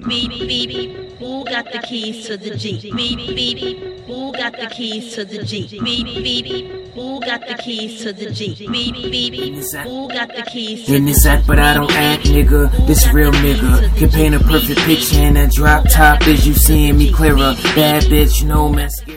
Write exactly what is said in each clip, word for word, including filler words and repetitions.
Beep beep, who got the keys to the Jeep? Beep beep, who got the keys to the Jeep? Beep beep, who got the keys to the Jeep? Beep beep, who got the keys to the Jeep? In this act, but I don't act, nigga. This real nigga can paint a perfect picture, and that drop top is you seeing me clearer. Bad bitch, no mascara.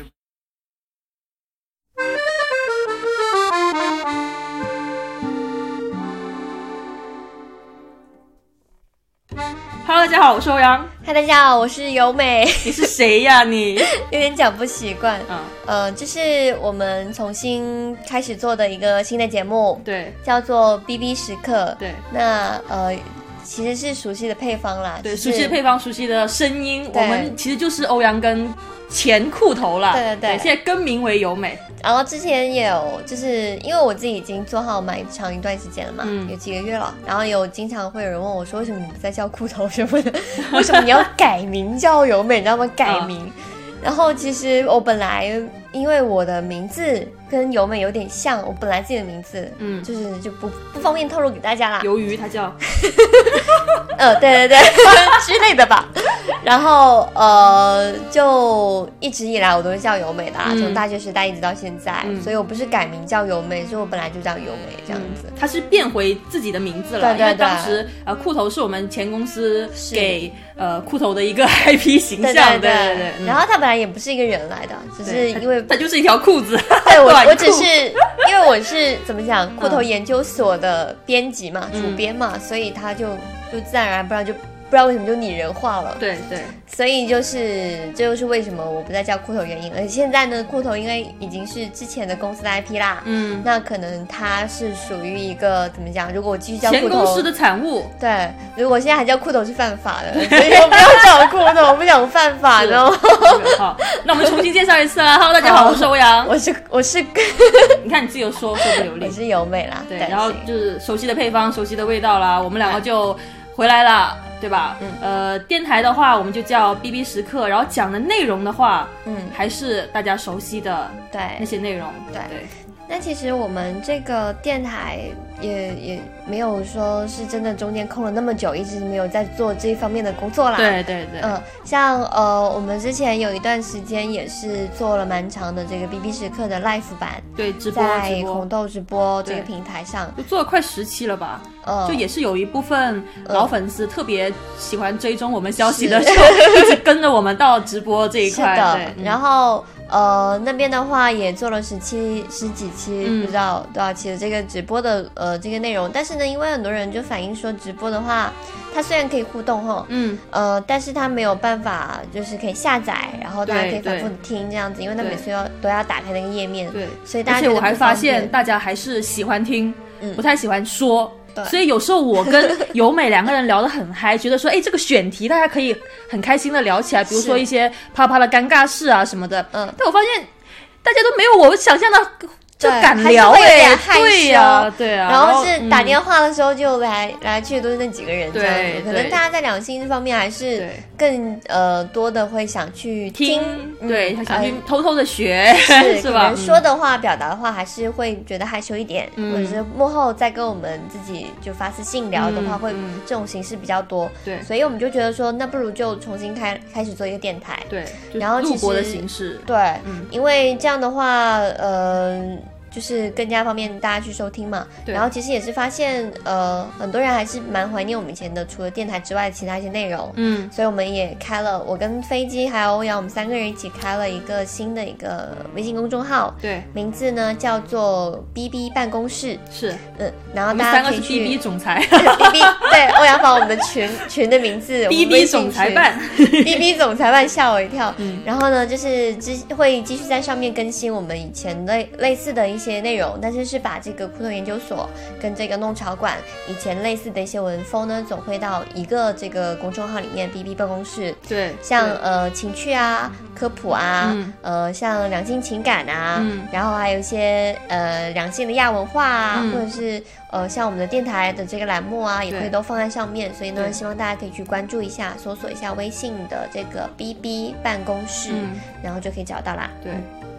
Hello， 大家好，我是欧阳。 嗨，大家好，我是由美。 你是谁呀、啊？你有点讲不习惯。 嗯， 呃，这是我们重新开始做的一个新的节目， 对， 叫做 B B 时刻。 对， 那呃，其实是熟悉的配方啦。 对， 就是熟悉的配方，熟悉的声音，我们其实就是欧阳跟前裤头啦。 对对 对, 对，现在更名为由美。 然后之前也有，就是因为我自己已经做好蛮长一段时间了嘛， 嗯、 有几个月了。然后有经常会有人问我说，为什么你不再叫裤头什么的？为什么你要改名叫由美？你知道吗？改名。嗯、然后其实我本来因为我的名字跟由美有点像，我本来自己的名字，嗯，就是就不不方便透露给大家啦。 鱿鱼，它叫， 呃，对对对之类的吧。然后呃，就一直以来我都是叫由美的、啊，从、嗯、大学时代一直到现在、嗯，所以我不是改名叫由美，所以我本来就叫由美这样子。 他、嗯、是变回自己的名字了， 对对对， 因为当时呃裤头是我们前公司给呃裤头的一个 I P 形象，对对 对, 对, 对、嗯。 然后他本来也不是一个人来的，只是因为他就是一条裤子。 对我我只是因为我是怎么讲，裤头研究所的编辑嘛，嗯、主编嘛，所以他就就自然而然，不然就。不知道为什么就拟人化了， 对对， 所以就是这就是为什么我不再叫裤头原因。而且现在呢，裤头因为已经是之前的公司的 I P 啦，嗯，那可能它是属于一个怎么讲？如果我继续叫裤头， 前公司的产物， 对，如果现在还叫裤头是犯法的，所以我不要叫裤头，我不想犯法呢。 好，那我们重新介绍一次啦。Hello， 大家好，我是欧阳， 我是我是， 你看你自己有说说不流利， 我是由美啦， 对，然后就是熟悉的配方，熟悉的味道啦，我们两个就回来了。对吧？嗯，呃，电台的话我们就叫 B B 时刻，然后讲的内容的话，嗯，还是大家熟悉的对那些内容， 对对。那其实我们这个电台也也没有说是真的中间空了那么久，一直没有在做这一方面的工作啦。 对对对， 嗯、呃，像呃我们之前有一段时间也是做了蛮长的这个 B B 时刻的 live 版， 对，直播在红豆直播这个平台上， 就做了快十期了吧。呃，就也是有一部分老粉丝特别喜欢追踪我们消息的时候，一直跟着我们到直播这一块。 是的， 对，嗯、 然后。呃，那边的话也做了十期十几期、嗯，不知道多少期的这个直播的呃这个内容。但是呢，因为很多人就反映说，直播的话，它虽然可以互动哈，嗯，呃，但是它没有办法就是可以下载，然后大家可以反复的听这样子，因为它每次要都要打开那个页面，对，所以大家而且我还发现大家还是喜欢听，嗯、不太喜欢说。所以有时候我跟由美两个人聊得很嗨，觉得说，哎，这个选题大家可以很开心的聊起来，比如说一些啪啪的尴尬事啊什么的。嗯，但我发现大家都没有我想象的就敢聊哎，对呀、啊，对啊。 然后是打电话的时候就来、嗯、来去都是那几个人这样子，可能大家在两性这方面还是更呃多的会想去听， 听对，他、嗯、想去偷偷的学， 是, 是吧？ 可能说的话、嗯、表达的话还是会觉得害羞一点，嗯、或者是幕后再跟我们自己就发私信聊的话，嗯、会、嗯、这种形式比较多。对，所以我们就觉得说，那不如就重新开开始做一个电台， 对， 然后录播的形式， 对、嗯，因为这样的话，呃。就是更加方便大家去收听嘛，然后其实也是发现，呃，很多人还是蛮怀念我们以前的，除了电台之外，其他一些内容，嗯，所以我们也开了，我跟飞机还有欧阳，我们三个人一起开了一个新的一个微信公众号，对，名字呢叫做 B B 办公室， 是， 嗯，然后大家可以去 B B 总裁 ，B B 对，欧阳把我们的群群的名字 B B 总裁办 ，B B 总裁办吓我一跳，嗯，然后呢，就是会继续在上面更新我们以前类类似的一些。一些内容，但是是把这个裤头研究所跟这个弄潮馆以前类似的一些文风呢，总汇到一个这个公众号里面 B B 办公室。对，像呃情趣啊、科普啊，嗯、呃像两性情感啊，嗯、然后还有一些呃两性的亚文化啊，嗯、或者是呃像我们的电台的这个栏目啊，也可以都放在上面。所以呢，希望大家可以去关注一下，搜索一下微信的这个 B B 办公室，嗯、然后就可以找到啦。对。 嗯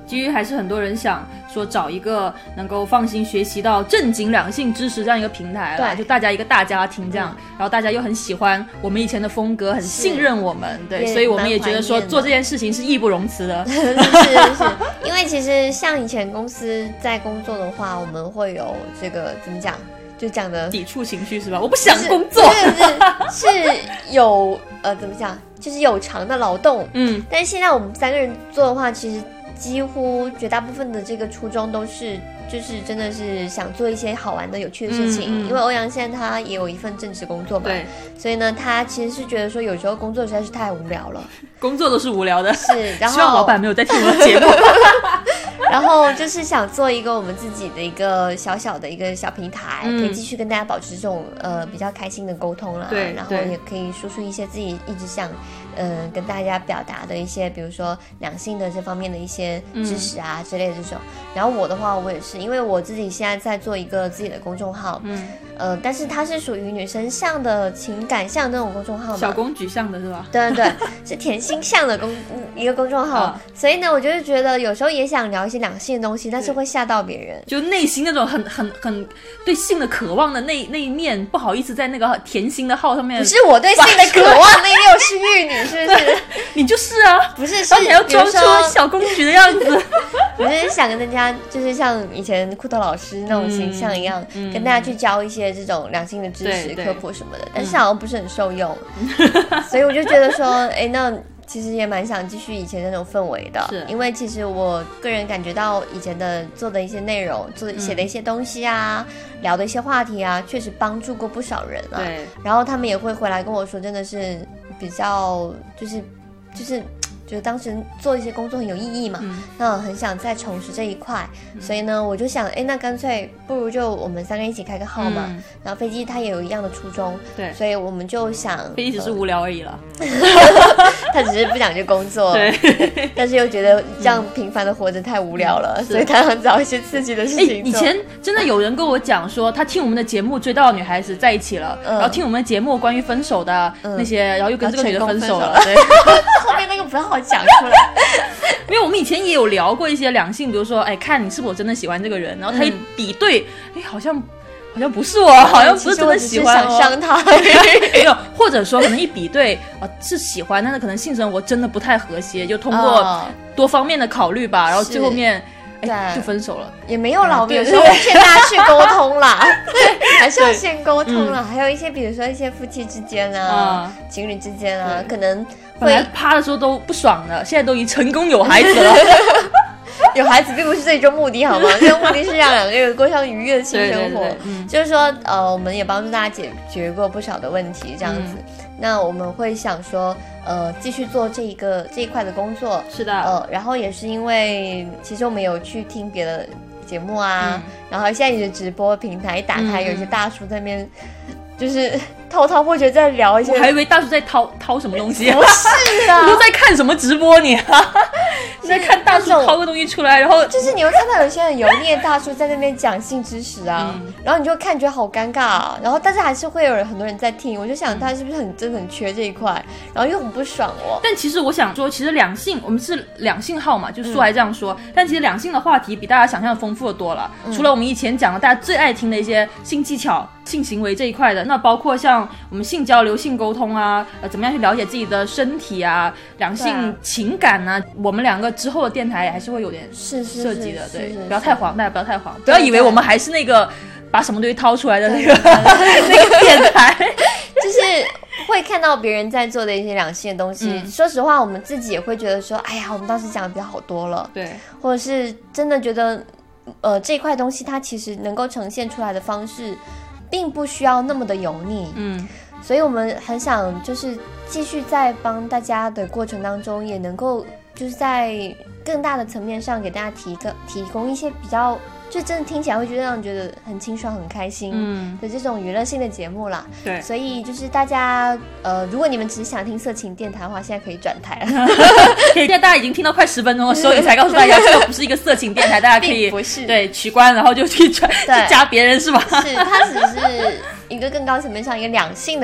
基于还是很多人想说找一个能够放心学习到正经两性知识这样一个平台啦，就大家一个大家庭这样、嗯、然后大家又很喜欢我们以前的风格，很信任我们，对，所以我们也觉得说做这件事情是义不容辞的是是是，因为其实像以前公司在工作的话，我们会有这个怎么讲，就讲的抵触情绪是吧？我不想工作， 是是是有呃怎么讲，就是有偿的劳动， 嗯， 但是现在我们三个人做的话，其实几乎绝大部分的这个初衷都是就是真的是想做一些好玩的有趣的事情、嗯嗯、因为欧阳现在他也有一份正职工作嘛， 对， 所以呢他其实是觉得说有时候工作实在是太无聊了， 工作都是无聊的， 是，然后希望老板没有在听我的节目然后就是想做一个我们自己的一个小小的一个小平台、嗯、可以继续跟大家保持这种呃比较开心的沟通啦， 对， 然后也可以说出一些自己一直想嗯、呃，跟大家表达的一些，比如说两性的这方面的一些知识啊、嗯、之类的这种。然后我的话，我也是，因为我自己现在在做一个自己的公众号，嗯，呃，但是它是属于女生向的、情感向的那种公众号嘛， 小公举向的是吧？ 对对对，是甜心向的公一个公众号、啊。所以呢，我就是觉得有时候也想聊一些两性的东西，但是会吓到别人， 就内心那种很很很对性的渴望的那那一面，不好意思在那个甜心的号上面。 不是我对性的渴望，那一面我是玉女。是不是？ 你就是啊， 不是， 然后你还要装出小公举的样子。 我是想跟大家，就是像以前库特老师那种形象一样，嗯、跟大家去教一些这种两性的知识、科普什么的，但是好像不是很受用，嗯、所以我就觉得说，哎，那其实也蛮想继续以前那种氛围的，因为其实我个人感觉到以前的做的一些内容、做写的一些东西啊、嗯、聊的一些话题啊，确实帮助过不少人啊。对，然后他们也会回来跟我说，真的是。比较就是就是就是当时做一些工作很有意义嘛，嗯、那很想再重拾这一块，嗯、所以呢，我就想，哎，那干脆不如就我们三个一起开个号嘛。嗯、然后飞机他也有一样的初衷，对，所以我们就想， 飞机只是无聊而已了， 他只是不想去工作，对，但是又觉得这样平凡的活着太无聊了，嗯、所以他想找一些刺激的事情做。 以前真的有人跟我讲说，他听我们的节目追到女孩子在一起了，嗯、然后听我们的节目关于分手的那些，嗯、然后又跟这个女的分手了，对， 后面那个不要好讲出来。 因为我们以前也有聊过一些两性，比如说，哎，看你是否真的喜欢这个人，然后他一比对，哎、嗯，好像好像不是我，好像不是真的喜欢我，想伤他， 没有，或者说可能一比对啊、呃、是喜欢，但是可能性生活真的不太和谐，就通过多方面的考虑吧，然后最后面。哎，就分手了， 也没有啦，我们有时候劝大家去沟通啦，还是要先沟通啦。还有一些，比如说一些夫妻之间啊，嗯、情侣之间啊，可能本来趴的时候都不爽的，现在都已经成功有孩子了。 有孩子并不是最终目的，好吗？最终目的是让两个人过上愉悦的性生活。对对对嗯、就是说，呃，我们也帮助大家解决过不少的问题，这样子。嗯、那我们会想说，呃，继续做这一个这一块的工作。 是的。 呃，然后也是因为，其实我们有去听别的节目啊，嗯、然后现在你的直播平台一打开，嗯、有一些大叔在那边。就是滔滔不绝在聊一些， 我还以为大叔在掏掏什么东西， 不是啊， 你都在看什么直播你啊？你在看大叔掏个东西出来，然后就是你会看到有些很油腻的大叔在那边讲性知识啊，嗯、然后你就看觉得好尴尬啊，然后但是还是会有人很多人在听，我就想他是不是很真的很缺这一块，然后又很不爽哦。 但其实我想说，其实两性我们是两性号嘛，就说来这样说，嗯、但其实两性的话题比大家想象的丰富的多了，嗯、除了我们以前讲的大家最爱听的一些性技巧。性行为这一块的，那包括像我们性交流、性沟通啊，呃，怎么样去了解自己的身体啊，两性情感啊，我们两个之后的电台还是会有点设计的，对，不要太黄，大家不要太黄，不要以为我们还是那个把什么东西掏出来的那个那个电台， 就是会看到别人在做的一些两性的东西。嗯、说实话，我们自己也会觉得说，哎呀，我们当时讲的比较好多了， 对， 或者是真的觉得，呃，这块东西它其实能够呈现出来的方式。并不需要那么的油腻，嗯，所以我们很想就是继续在帮大家的过程当中，也能够就是在更大的层面上给大家提个提供一些比较，就真的听起来会觉得让人觉得很清爽、很开心的这种娱乐性的节目啦。对，所以就是大家呃，如果你们只是想听色情电台的话，现在可以转台了。 现在大家已经听到快十分钟的时候，你才告诉大家这个不是一个色情电台，大家可以不是对取关，然后就去转去加别人是吧？ 是，它只是一个更高层面上一个两性的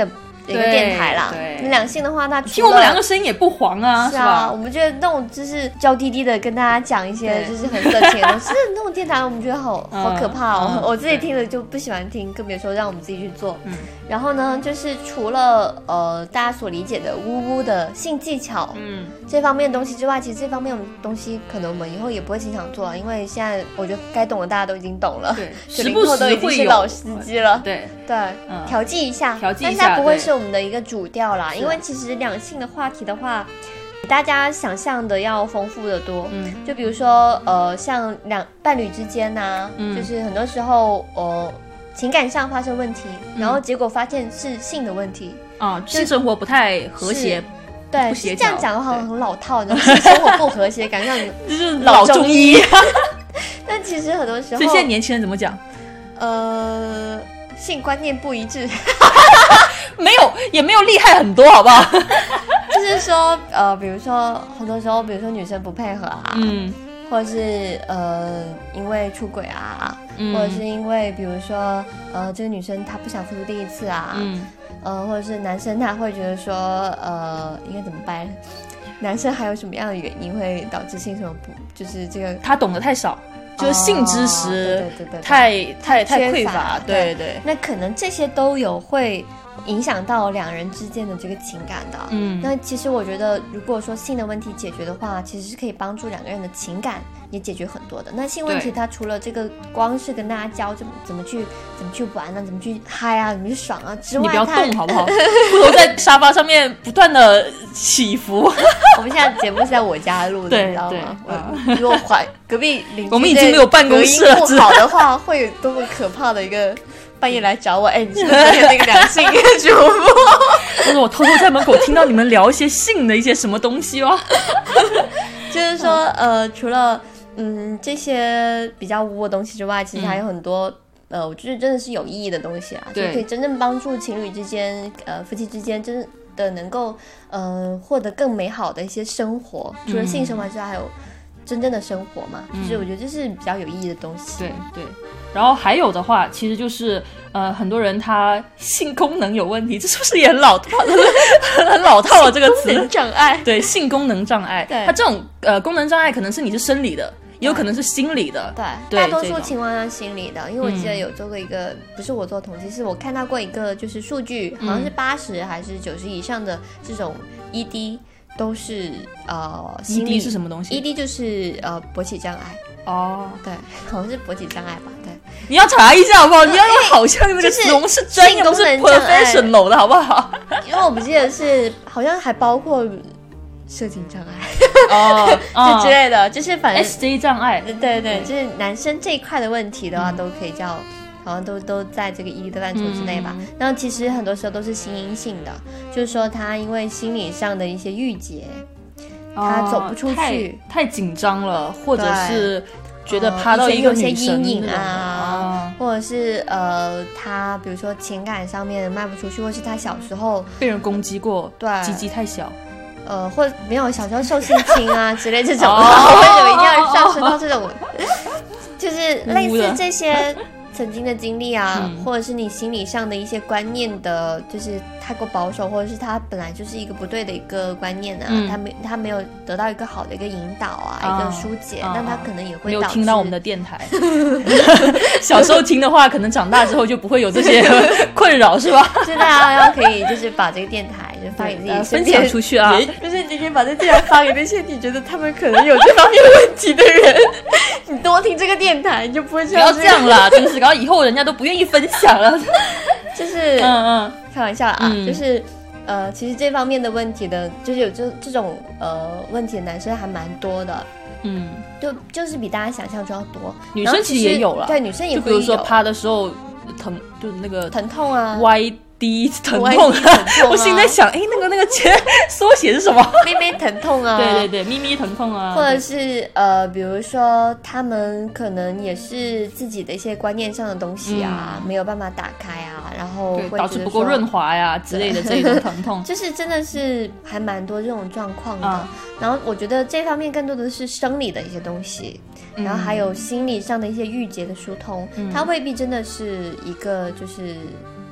一个电台啦。 对， 对两性的话，那听我们两个声音也不黄啊， 是啊， 是吧？ 我们觉得那种就是娇滴滴的跟大家讲一些就是很色情的东西，是那种电台，我们觉得好、嗯、好可怕哦、嗯。我自己听了就不喜欢听，更别说让我们自己去做。嗯，然后呢，就是除了呃大家所理解的呜呜的性技巧，嗯，这方面的东西之外，其实这方面的东西可能我们以后也不会经常做，因为现在我觉得该懂的大家都已经懂了， 对， 时不时都已经是老司机了， 对对，嗯，调剂一下， 调剂一下， 但是它不会是我们的一个主调啦，因为其实两性的话题的话，比大家想象的要丰富的多。嗯，就比如说呃，像两伴侣之间呐、啊嗯，就是很多时候呃情感上发生问题，嗯、然后结果发现是性的问题啊、嗯，性生活不太和谐。 对，这样讲的话很老套，然后性生活不和谐，感觉像就是老中医。 但其实很多时候， 所以现在年轻人怎么讲？ 呃，性观念不一致。 没有，也没有厉害很多，好不好？ 就是说，呃，比如说，很多时候，比如说女生不配合啊，嗯，或者是呃，因为出轨啊，嗯、或者是因为比如说，呃，这个女生她不想付出第一次啊，嗯，呃，或者是男生他会觉得说，呃，应该怎么办？男生还有什么样的原因会导致性生活不？就是这个他懂得太少。就是性知识、哦、对对对对太太太匮乏，对 对, 对。 那可能这些都有会影响到两人之间的这个情感的。嗯，那其实我觉得，如果说性的问题解决的话，其实是可以帮助两个人的情感也解决很多的。那性问题它除了这个光是跟大家教怎么怎么去怎么去玩啊，怎么去嗨啊，怎么去爽啊之外， 你不要动好不好？我在沙发上面不断的起伏。 我们现在节目是在我家录的，你知道吗？我如果怀隔壁邻居我们已经没有办公室了， 隔音不好的话，会有多么可怕的一个半夜来找我？哎，你是不是那个两性主妇？ 或者我偷偷在门口听到你们聊一些性的一些什么东西哦。 就是说，呃，除了嗯这些比较污的东西之外，其实还有很多。嗯呃，我觉得真的是有意义的东西啊，就可以真正帮助情侣之间、呃夫妻之间真的能够呃获得更美好的一些生活。除了性生活之外，还有真正的生活嘛，嗯、就是我觉得这是比较有意义的东西。 对对，然后还有的话，其实就是呃很多人他性功能有问题，这是不是也很老套？很老套了这个词。 性功能障碍。 对，性功能障碍。对，它这种呃功能障碍可能是你是生理的。也有可能是心理的， 对，对大多数情况下心理的，因为我记得有做过一个，嗯、不是我做统计，是我看到过一个，就是数据，好像是八十还是九十以上的这种 E D 都是呃心理。 E D 是什么东西 ？E D 就是呃勃起障碍。 哦， 对，好像是勃起障碍吧？对， 你要查一下好不好？你要用好像那个词，就是、我们是专业，不是 professional 的好不好？ 因为我不记得是，好像还包括。射精障碍哦， 就之类的，就是反正 S J 障碍， 对对对，就是男生这一块的问题的话，嗯、都可以叫，好像都都在这个 E D 的范畴之内吧。然后、嗯、其实很多时候都是心因性的，就是说他因为心理上的一些郁结，哦、他走不出去， 太, 太紧张了，或者是觉得趴到一个女神、呃、 阴影啊，哦、或者是呃，他比如说情感上面迈不出去，或是他小时候被人攻击过， 对， 鸡鸡太小。 呃，或者没有小时候受性侵啊之类这种，为什么一定要上升到这种？就是类似这些曾经的经历啊，嗯、或者是你心理上的一些观念的，就是太过保守，或者是他本来就是一个不对的一个观念啊，嗯、他没他没有得到一个好的一个引导啊，哦、一个疏解，那、哦、他可能也会没有听到我们的电台。小时候听的话，可能长大之后就不会有这些困扰，是吧？ 就大家要可以就是把这个电台就发给自己分享出去啊， 就是你可以把这个电台发给那些你觉得他们可能有这方面的问题的人，你多听这个电台，你就不会这样。 不要这样啦，真是，然后以后人家都不愿意分享了。 就是嗯嗯，开玩笑啊，嗯、就是呃，其实这方面的问题的，就是有这这种呃问题的男生还蛮多的。嗯，就就是比大家想象中要多。 女生其实也有了， 对，女生也会有。 就比如说趴的时候疼，就是那个疼痛啊， 歪低疼痛啊。啊我心在想，哎，那个那个缩写是什么？ 咪咪疼痛啊。 对对对，咪咪疼痛啊。 或者是呃，比如说他们可能也是自己的一些观念上的东西啊，嗯、没有办法打开啊，然后会导致不够润滑呀之类的这种疼痛， 就是真的是还蛮多这种状况的。 嗯、 然后我觉得这方面更多的是生理的一些东西，嗯、然后还有心理上的一些郁结的疏通，嗯、它未必真的是一个就是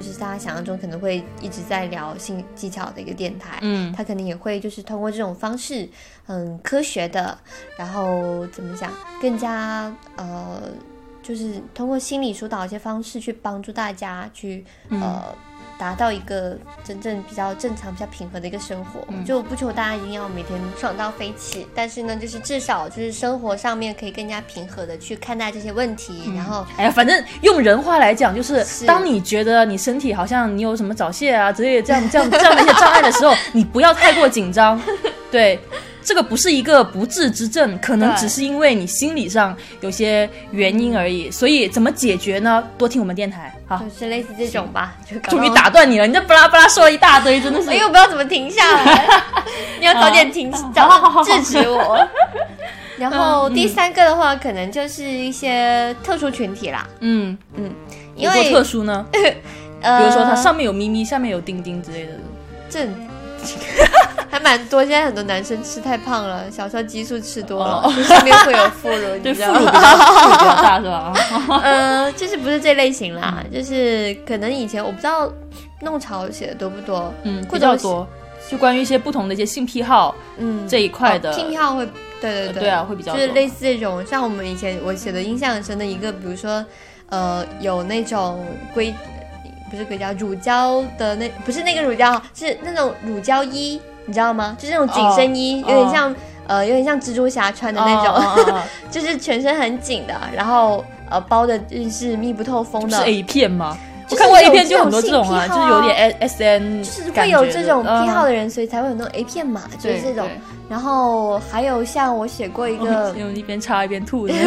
就是大家想象中可能会一直在聊性技巧的一个电台， 嗯， 他可能也会就是通过这种方式，很科学的，然后怎么讲，更加呃，就是通过心理疏导一些方式去帮助大家去呃。嗯达到一个真正比较正常、比较平和的一个生活，嗯、就不求大家一定要每天爽到飞起，但是呢，就是至少就是生活上面可以更加平和的去看待这些问题。嗯、然后， 哎呀，反正用人话来讲，就是当你觉得你身体好像你有什么早泄啊之类的这样这样这样的一些障碍的时候，你不要太过紧张，对。这个不是一个不治之症，可能只是因为你心理上有些原因而已，所以怎么解决呢？多听我们电台，好， 就是类似这种吧。就终于打断你了，你这巴拉巴拉说了一大堆，真的是， 因为我不知道怎么停下来，你要早点停，早制止我。然后第三个的话，可能就是一些特殊群体啦。嗯嗯， 因为有多特殊呢？呃，比如说它上面有咪咪，下面有丁丁之类的。 这。还蛮多，现在很多男生吃太胖了，小时候激素吃多了，哦、上面会有副乳， 对，副乳比较副乳比较大是吧？ 呃，就是不是这类型啦，嗯、就是可能以前我不知道弄潮写的多不多， 嗯，比较多，就关于一些不同的一些性癖好，嗯，这一块的、 哦、性癖好会，对对对， 对啊，会比较多， 就是类似这种，像我们以前我写的印象很深的一个，比如说，呃，有那种硅。不是硅胶，乳胶的那不是那个乳胶，是那种乳胶衣，你知道吗？就是那种紧身衣， oh, 有点像、oh. 呃，有点像蜘蛛侠穿的那种， oh, oh, oh. 就是全身很紧的，然后呃包的就是密不透风的。 是 A 片吗？我看过 A 片就很多这种啊，就是有点 S N， 就是会有这种癖好的人，所以才会有那种 A 片嘛，就是这种。然后还有像我写过一个， 用、哦、一边插一边吐的。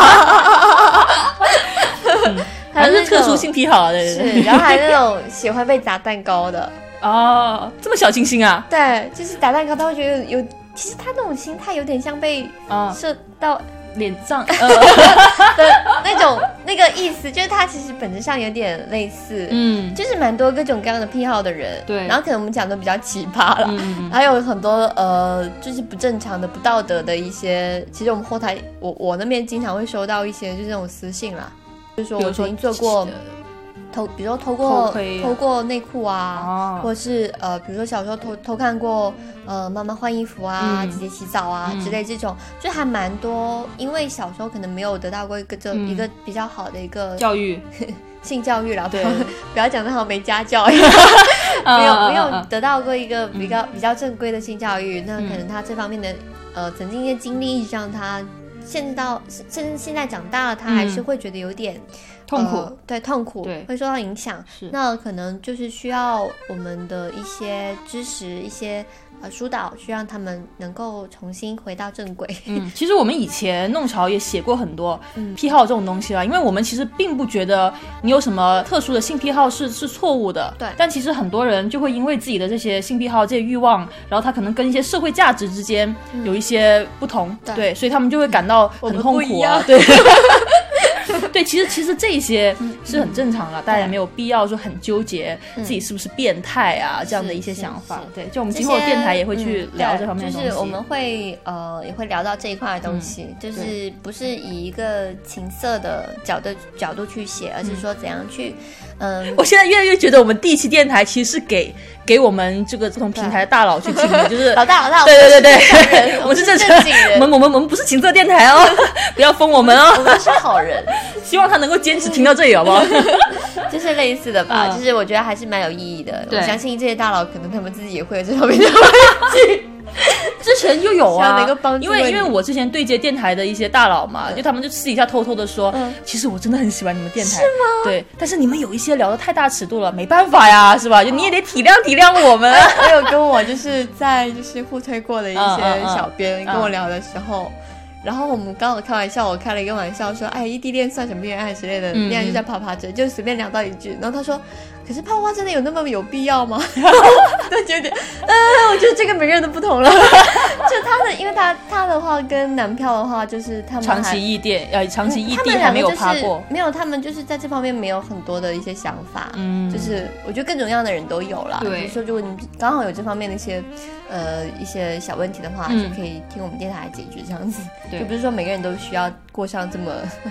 嗯还是特殊性癖好，对对对。 是，然后还有那种喜欢被砸蛋糕的哦，这么小清新啊？ 对，就是打蛋糕，他会觉得有，其实他那种心态有点像被射到脸上、 呃、的那种那个意思，就是他其实本质上有点类似，嗯，就是蛮多各种各样的癖好的人， 对。 然后可能我们讲的比较奇葩了，嗯，还有很多呃，就是不正常的、不道德的一些。其实我们后台，我我那边经常会收到一些就是这种私信啦。就是说我曾经做过偷，比如说偷过偷过内裤啊，哦、或者是呃，比如说小时候偷偷看过呃妈妈换衣服啊、嗯、姐姐洗澡啊、嗯、之类这种，就还蛮多。因为小时候可能没有得到过一个这、嗯、一个比较好的一个教育， 性教育啦，对，不要讲得好没家教一样，没有没有得到过一个比较、嗯、比较正规的性教育，那可能他这方面的呃曾经一些经历让他。现在到甚至现在长大了，他还是会觉得有点、嗯、 痛苦， 呃、对痛苦， 对， 会受到影响。那可能就是需要我们的一些支持，一些呃疏导，去让他们能够重新回到正轨。 嗯，其实我们以前弄潮也写过很多癖好这种东西啦，因为我们其实并不觉得你有什么特殊的性癖好是是错误的， 对。 但其实很多人就会因为自己的这些性癖好、这些欲望，然后他可能跟一些社会价值之间有一些不同，嗯、对, 对，所以他们就会感到很痛苦啊，对。对，其实其实这些是很正常的、嗯、大家没有必要说很纠结自己是不是变态啊、嗯、这样的一些想法。对，就我们今后电台也会去聊这方面的东西， 就是我们会呃也会聊到这一块的东西、嗯、就是不是以一个情色的角度角度去写，而是说怎样去嗯。 我现在越来越觉得我们第一期电台其实是给给我们这个不同平台的大佬去听的，就是老大老大， 对对对对， 我们是正经人，我们我们我们不是情色电台哦，不要封我们哦， 我们是好人。 希望他能够坚持听到这里，好不好？ 就是类似的吧、嗯，就是我觉得还是蛮有意义的。我相信这些大佬可能他们自己也会有这方面的问题。 之前就有啊，因为因为我之前对接电台的一些大佬嘛，嗯、就他们就私底下偷偷的说、嗯，其实我真的很喜欢你们电台， 是吗？ 对，但是你们有一些聊得太大尺度了，没办法呀，是吧？就你也得体谅体谅我们。 我有跟我就是在就是互推过的一些小编跟我聊的时候。嗯嗯嗯然后我们刚好开玩笑，我开了一个玩笑说，哎，异地恋算什么恋爱之类的，恋爱就叫啪啪针，就随便聊到一句，然后他说，可是啪啪真的有那么有必要吗？对，就有点，呃，我觉得这个每个人都不同了。就他的，因为他他的话跟男票的话，就是他们长期异地，呃，长期异地还没有趴过， 没有，他们就是在这方面没有很多的一些想法，嗯，就是我觉得各种各样的人都有啦。对，比如说如果你刚好有这方面的一些呃一些小问题的话，嗯、就可以听我们电台来解决这样子。对，就不是说每个人都需要过上这么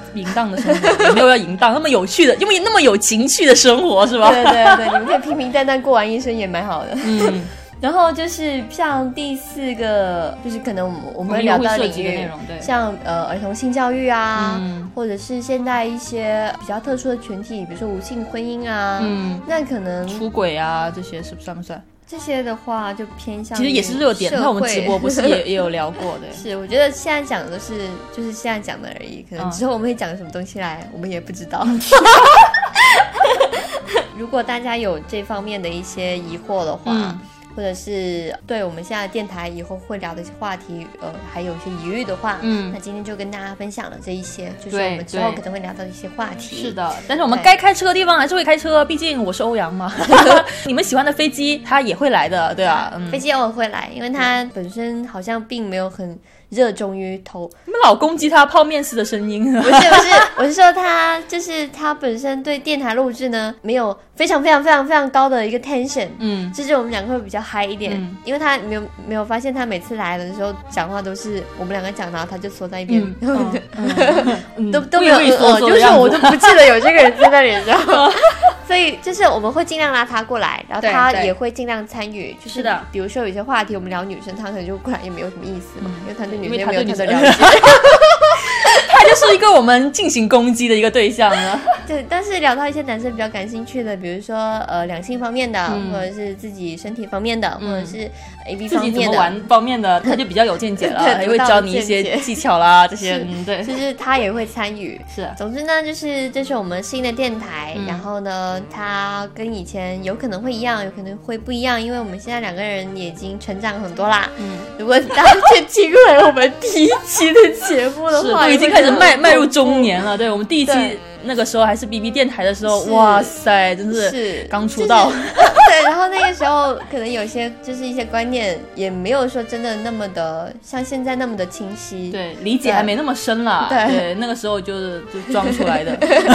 淫荡的生活，也没有要淫荡那么有趣的，因为那么有情趣的生活是吧？ 对对对，你们可以平平淡淡过完一生也蛮好的。嗯。然后就是像第四个，就是可能我们我们会聊到领域， 内容对， 像呃儿童性教育啊、嗯，或者是现在一些比较特殊的群体，比如说无性婚姻啊，嗯，那可能出轨啊这些是不算不算？ 这些的话就偏向其实也是热点，那我们直播不是也也有聊过的？ 是，我觉得现在讲的是就是现在讲的而已，可能之后我们会讲什么东西来，我们也不知道。如果大家有这方面的一些疑惑的话。嗯，或者是对我们现在的电台以后会聊的一些话题，呃，还有一些疑虑的话，嗯，那今天就跟大家分享了这一些，就是我们之后可能会聊到一些话题。 是的，但是我们该开车的地方还是会开车，毕竟我是欧阳嘛。你们喜欢的飞机，它也会来的，对啊， 嗯、飞机偶尔会来，因为它本身好像并没有很热衷于投。 你们老攻击他泡面式的声音。 不是不是，我是说他就是他本身对电台录制呢没有非常非常非常非常高的一个 tension， 嗯，就是我们两个会比较嗨一点，嗯，因为他没有没有发现他每次来的时候讲话都是我们两个讲，然后他就缩在一边，嗯嗯、都都没有呃，就是我都不记得有这个人在那里，你知道吗？所以就是我们会尽量拉他过来，然后他也会尽量参与，就是的，比如说有些话题我们聊女生，他可能就过来也没有什么意思嘛，嗯、因为他对女生没有他的了解。 他就是一个我们进行攻击的一个对象了。 对，但是聊到一些男生比较感兴趣的，比如说呃两性方面的，嗯、或者是自己身体方面的，嗯、或者是 A B 方面的，自己怎么玩方面的，他就比较有见解了，也会教你一些技巧啦，这些，嗯，对， 就是他也会参与。 是， 总之呢，就是这是我们新的电台，嗯、然后呢，它跟以前有可能会一样，有可能会不一样，因为我们现在两个人也已经成长很多啦。嗯，如果大家去听了我们第一期的节目的话， 都已经开始迈迈入中年了。对，我们第一期那个时候还是 B B 电台的时候，哇塞，真是刚出道。 就是、对，然后那个时候可能有些就是一些观念也没有说真的那么的像现在那么的清晰， 对，理解还没那么深啦。对，对，那个时候就是就装出来的。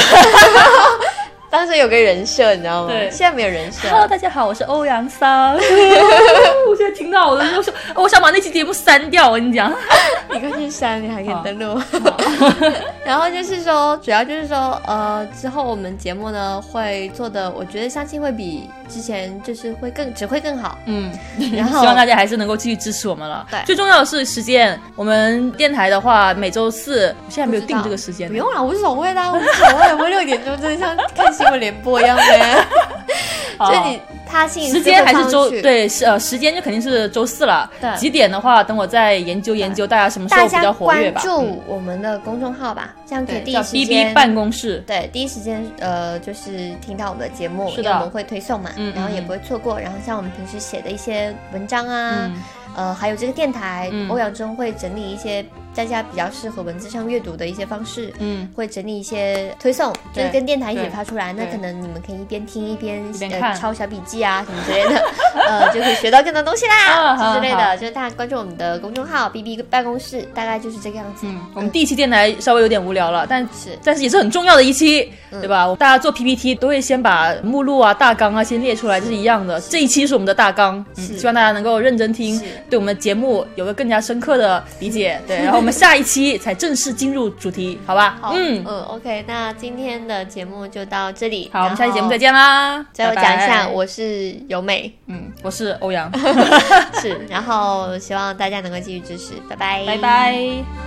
当时有个人设，你知道吗？对，现在没有人设。 Hello， 大家好，我是欧阳桑。我现在听到我的，我说我想把那期节目删掉。我跟你讲， 你快去删，你还可以登录。然后就是说，主要就是说，呃，之后我们节目呢会做的，我觉得相信会比之前就是会更只会更好。嗯，然后希望大家还是能够继续支持我们了。对，最重要的是时间。我们电台的话，每周四，现在没有定这个时间。 不用了，无所谓啦，无所谓。我们六点钟真的像看新闻联播一样的。所以你他星期四时间还是周对是呃时间就肯定是周四了。对，几点的话，等我再研究研究大家什么时候比较活跃吧。 大家关注我们的公众号吧，这样可以第一时间 B B 办公室。 对，第一时间呃就是听到我们的节目，因为我们会推送嘛，嗯、然后也不会错过。然后像我们平时写的一些文章啊，嗯、呃还有这个电台，嗯、欧阳中会整理一些大家比较适合文字上阅读的一些方式，嗯，会整理一些推送，就是跟电台一起发出来，那可能你们可以一边听一边呃抄小笔记啊什么之类的，呃，就可以学到更多东西啦，哦、之类的。就是大家关注我们的公众号 B B 办公室，大概就是这个样子。嗯， 我们第一期电台稍微有点无聊了，但是但是也是很重要的一期，嗯、对吧？大家做 P P T 都会先把目录啊、大纲啊先列出来，这是一样的。这一期是我们的大纲，嗯，希望大家能够认真听，对我们的节目有个更加深刻的理解。对，然后我们下一期才正式进入主题，好吧？ 好，嗯嗯 ，OK， 那今天的节目就到这里。 好，我们下期节目再见啦！ 最后讲一下，我是由美， 嗯，我是欧阳， 是，然后希望大家能够继续支持，拜拜， 拜拜。